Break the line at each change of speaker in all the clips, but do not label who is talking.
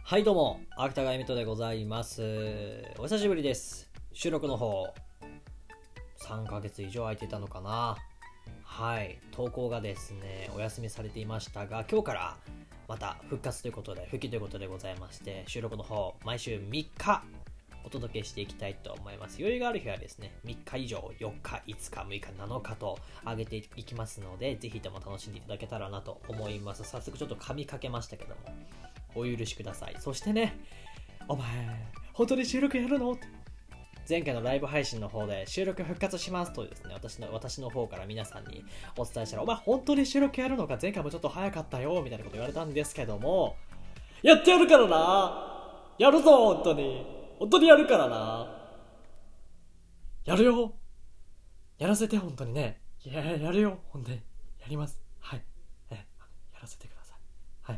はいどうも、芥川恵美人でございます。お久しぶりです。収録の方、3ヶ月以上空いてたのかな。はい、投稿がですね、お休みされていましたが、今日からまた復帰ということでございまして、収録の方、毎週3日お届けしていきたいと思います。余裕がある日はですね、3日以上、4日、5日、6日、7日と上げていきますので、ぜひとも楽しんでいただけたらなと思います。早速ちょっと噛みかけましたけども、お許しください。そしてね、お前、本当に収録やるの？前回のライブ配信の方で収録復活しますとですね、私の方から皆さんにお伝えしたら、お前本当に収録やるのか、前回もちょっと早かったよみたいなこと言われたんですけども、やってやるからな、やるぞ本当にやるからな、やるよ、やらせて本当にね、やるよ本当に、やります、はい、やらせてください、はい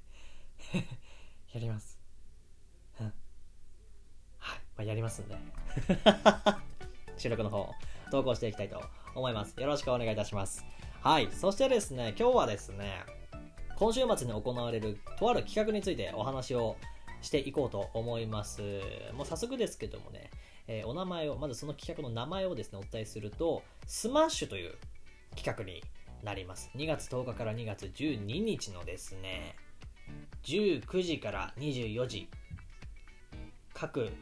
やります、はい、やりますんで収録の方投稿していきたいと思います。よろしくお願いいたします。はい、そしてですね、今日はですね、今週末に行われるとある企画についてお話をしていこうと思います。もう早速ですけどもね、お名前を、まずその企画の名前をですね、お伝えすると、スマッシュという企画になります。2月10日から2月12日のですね、19時から24時、各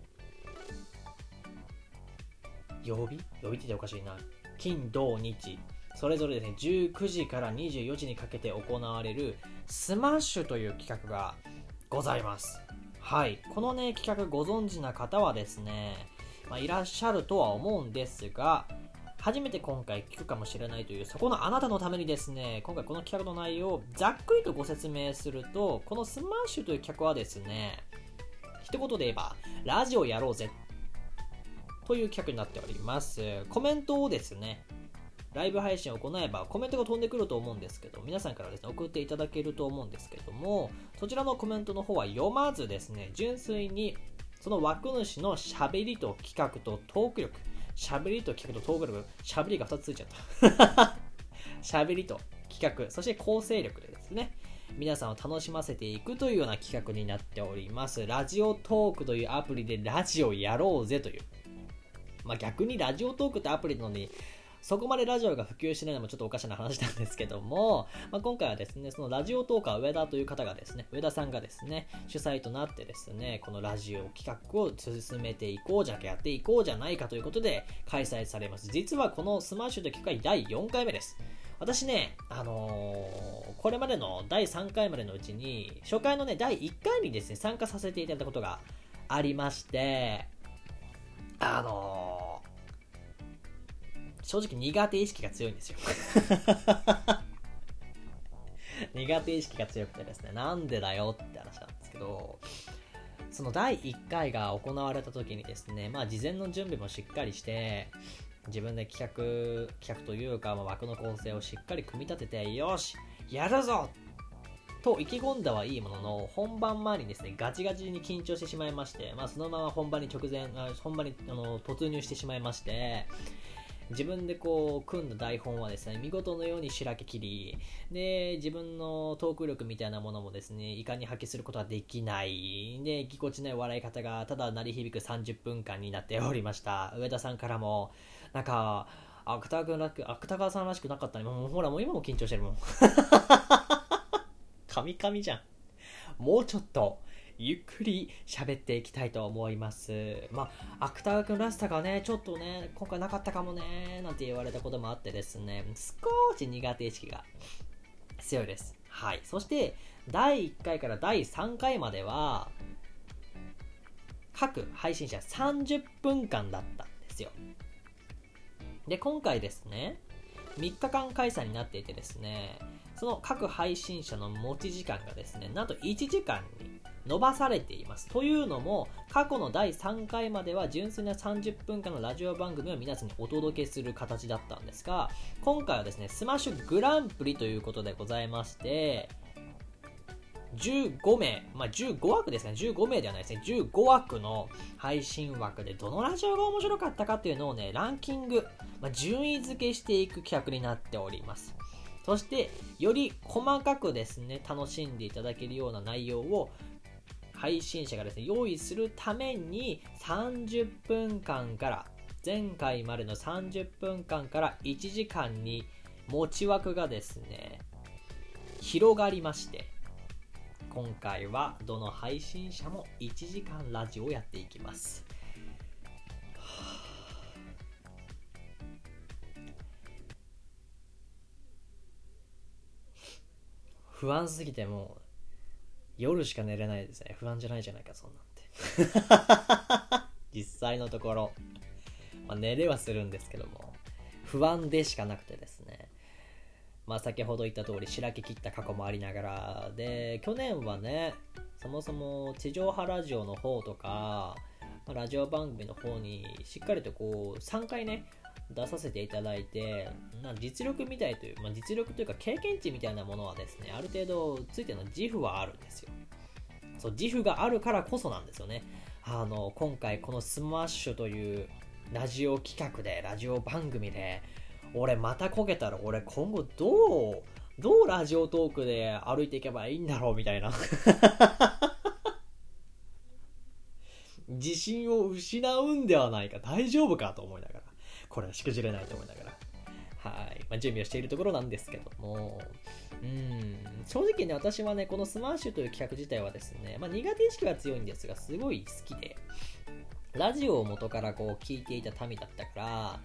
曜日って言っておかしいな、金土日それぞれですね、19時から24時にかけて行われるスマッシュという企画がございます。はい、このね企画ご存知な方はですね、いらっしゃるとは思うんですが、初めて今回聞くかもしれないというそこのあなたのためにですね、今回この企画の内容をざっくりとご説明すると、このスマッシュという企画はですね、一言で言えばラジオやろうぜという企画になっております。コメントをですね、ライブ配信を行えばコメントが飛んでくると思うんですけど、皆さんからですね送っていただけると思うんですけども、そちらのコメントの方は読まずですね、純粋にその枠主の喋りと企画とトーク力、喋りと企画とトーク力、喋りが2つついちゃった喋りと企画、そして構成力でですね、皆さんを楽しませていくというような企画になっております。ラジオトークというアプリでラジオやろうぜという、逆にラジオトークってアプリなのにそこまでラジオが普及してないのもちょっとおかしな話なんですけども、今回はですね、そのラジオトーカー上田という方がですね、上田さんがですね、主催となってですね、このラジオ企画を進めていこうじゃやっていこうじゃないかということで開催されます。実はこのスマッシュという企画は第4回目です。私ね、これまでの第3回までのうちに、初回のね、第1回にですね、参加させていただいたことがありまして、正直苦手意識が強いんですよ苦手意識が強くてですね、なんでだよって話なんですけど、その第1回が行われた時にですね、事前の準備もしっかりして、自分で企画というか、枠の構成をしっかり組み立てて、よしやるぞと意気込んだはいいものの、本番前にですねガチガチに緊張してしまいまして、そのまま本番に突入してしまいまして、自分でこう組んだ台本はですね、見事のようにしらけきりで、自分のトーク力みたいなものもですね、いかに発揮することはできないで、ぎこちない笑い方がただ鳴り響く30分間になっておりました。上田さんからもなんか芥川さんらしくなかったね、もうほら、もう今も緊張してるもんカミカミじゃん。もうちょっとゆっくり喋っていきたいと思います。芥川くんらしさがね、ちょっとね、今回なかったかもね、なんて言われたこともあってですね、少し苦手意識が強いです。はい。そして、第1回から第3回までは、各配信者30分間だったんですよ。で、今回ですね、3日間開催になっていてですね、その各配信者の持ち時間がですね、なんと1時間に伸ばされています。というのも、過去の第3回までは純粋な30分間のラジオ番組を皆さんにお届けする形だったんですが、今回はですね、スマッシュグランプリということでございまして、15名、15枠ですね、15名ではないですね、15枠の配信枠でどのラジオが面白かったかっていうのをね、ランキング、順位付けしていく企画になっております。そしてより細かくですね、楽しんでいただけるような内容を配信者がですね、用意するために30分間から、前回までの30分間から1時間に持ち枠がですね、広がりまして、今回はどの配信者も1時間ラジオをやっていきます。不安すぎてもう夜しか寝れないですね。不安じゃないじゃないか、そんなんて。実際のところ、寝れはするんですけども、不安でしかなくてですね。先ほど言った通り、しらけ切った過去もありながら、で、去年はね、そもそも地上波ラジオの方とか、ラジオ番組の方にしっかりと3回ね、出させていただいて、実力みたいという、実力というか経験値みたいなものはですね、ある程度ついての自負はあるんですよ。そう、自負があるからこそなんですよね。今回このスマッシュというラジオ企画で、ラジオ番組で、俺またこけたら俺今後どうラジオトークで歩いていけばいいんだろうみたいな。自信を失うんではないか、大丈夫かと思いながら、これはしくじれないと思いながら、準備をしているところなんですけども、正直ね、私はね、このスマッシュという企画自体はですね、苦手意識は強いんですが、すごい好きで、ラジオを元から聞いていた民だったから、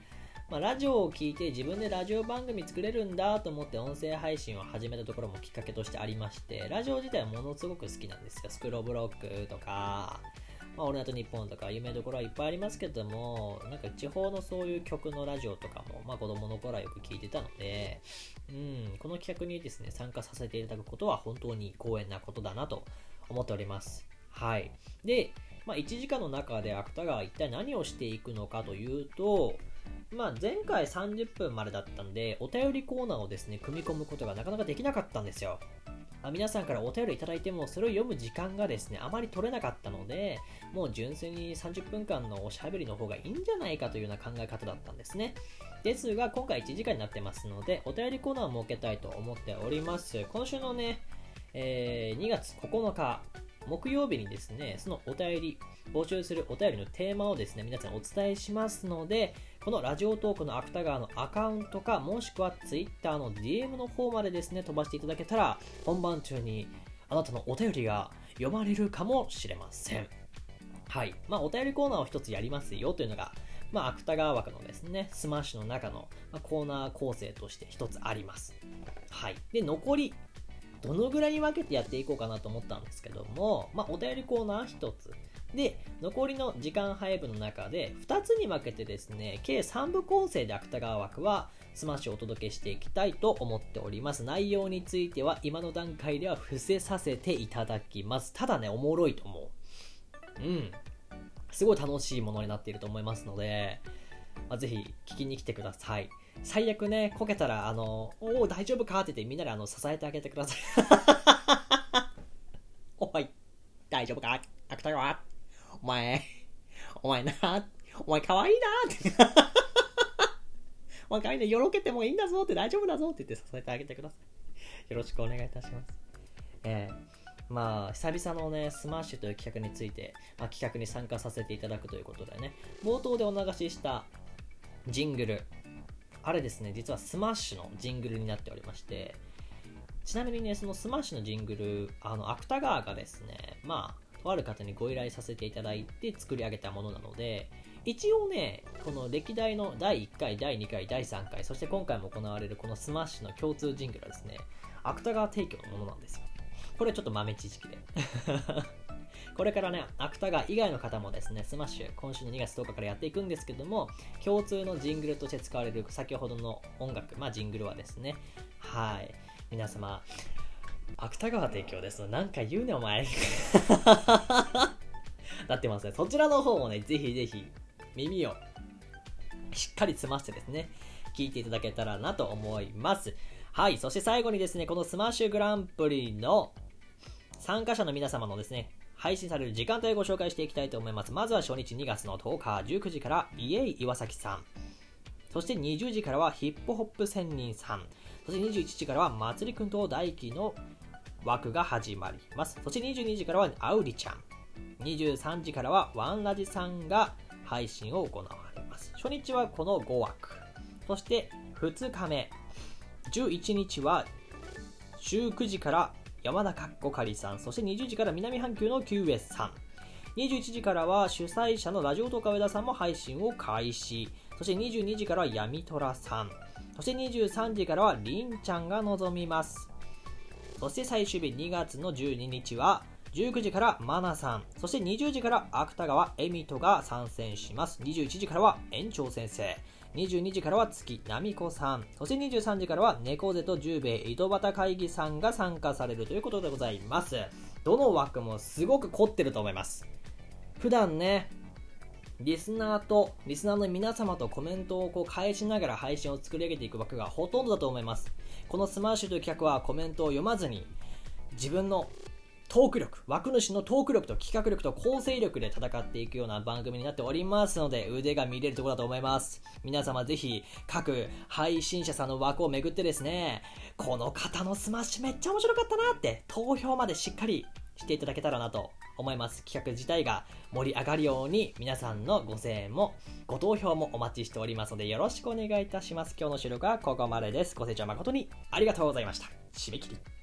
ラジオを聞いて自分でラジオ番組作れるんだと思って音声配信を始めたところもきっかけとしてありまして、ラジオ自体はものすごく好きなんですよ。スクローブロックとか、オールナイトニッポンとか有名どころはいっぱいありますけども、地方のそういう曲のラジオとかも、子供の頃はよく聞いてたので、この企画にですね、参加させていただくことは本当に光栄なことだなと思っております。で、1時間の中で芥川は一体何をしていくのかというと、前回30分までだったんで、お便りコーナーをですね、組み込むことがなかなかできなかったんですよ。皆さんからお便りいただいても、それを読む時間がですね、あまり取れなかったので、もう純粋に30分間のおしゃべりの方がいいんじゃないかというような考え方だったんですね。ですが、今回1時間になってますので、お便りコーナーを設けたいと思っております。今週のね、2月9日、木曜日にですね、そのお便り、募集するお便りのテーマをですね、皆さんお伝えしますので、このラジオトークの芥川のアカウントか、もしくは Twitter の DM の方までですね、飛ばしていただけたら、本番中にあなたのお便りが読まれるかもしれません。お便りコーナーを一つやりますよというのが、芥川枠のですね、スマッシュの中の、コーナー構成として一つあります。で、残り、どのぐらいに分けてやっていこうかなと思ったんですけども、お便りコーナー一つ。で、残りの時間配分の中で2つに分けてですね、計3部構成で芥川枠はスマッシュをお届けしていきたいと思っております。内容については今の段階では伏せさせていただきます。ただね、おもろいと思う。すごい楽しいものになっていると思いますので、ぜひ聞きに来てください。最悪ね、こけたら、大丈夫かって言ってみんなで支えてあげてください。おい、大丈夫か芥川、お前な、お前可愛いなって。お前可愛いね、よろけてもいいんだぞって、大丈夫だぞって言って支えてあげてください。よろしくお願いいたします。久々のね、スマッシュという企画について、企画に参加させていただくということでね、冒頭でお流ししたジングル、あれですね、実はスマッシュのジングルになっておりまして、ちなみにね、そのスマッシュのジングル、芥川がですね、とある方にご依頼させていただいて作り上げたものなので、一応ね、この歴代の第1回、第2回、第3回、そして今回も行われるこのスマッシュの共通ジングルはですね、芥川提供のものなんですよ。これちょっと豆知識で。これからね、芥川以外の方もですね、スマッシュ、今週の2月10日からやっていくんですけども、共通のジングルとして使われる先ほどの音楽、ジングルはですね、皆様、芥川提供です。なんか言うね、お前。なってますね。そちらの方もね、ぜひぜひ、耳をしっかり澄ませてですね、聞いていただけたらなと思います。そして最後にですね、このスマッシュグランプリの参加者の皆様のですね、配信される時間帯をご紹介していきたいと思います。まずは初日2月の10日19時からイエイ岩崎さん、そして20時からはヒップホップ仙人さん、そして21時からはまつりくんと大輝の枠が始まります。そして22時からはアウリちゃん、23時からはワンラジさんが配信を行われます。初日はこの5枠、そして2日目11日は19時から山田かっこかりさん、そして20時から南半球の QS さん、21時からは主催者のラジオとか上田さんも配信を開始。そして22時からは闇虎さん、そして23時からはりんちゃんが臨みます。そして最終日2月の12日は19時からマナさん、そして20時から芥川恵美斗が参戦します。21時からは園長先生、22時からは月奈美子さん、そして23時からは猫背と十兵衛井戸端会議さんが参加されるということでございます。どの枠もすごく凝ってると思います。普段ね、リスナーの皆様とコメントを返しながら配信を作り上げていく枠がほとんどだと思います。このスマッシュという企画はコメントを読まずに自分のトーク力、枠主のトーク力と企画力と構成力で戦っていくような番組になっておりますので、腕が見れるところだと思います。皆様ぜひ各配信者さんの枠をめぐってですね、この方のスマッシュめっちゃ面白かったなって投票までしっかりしていただけたらなと思います。企画自体が盛り上がるように皆さんのご声援もご投票もお待ちしておりますので、よろしくお願いいたします。今日の収録はここまでです。ご清聴誠にありがとうございました。締め切り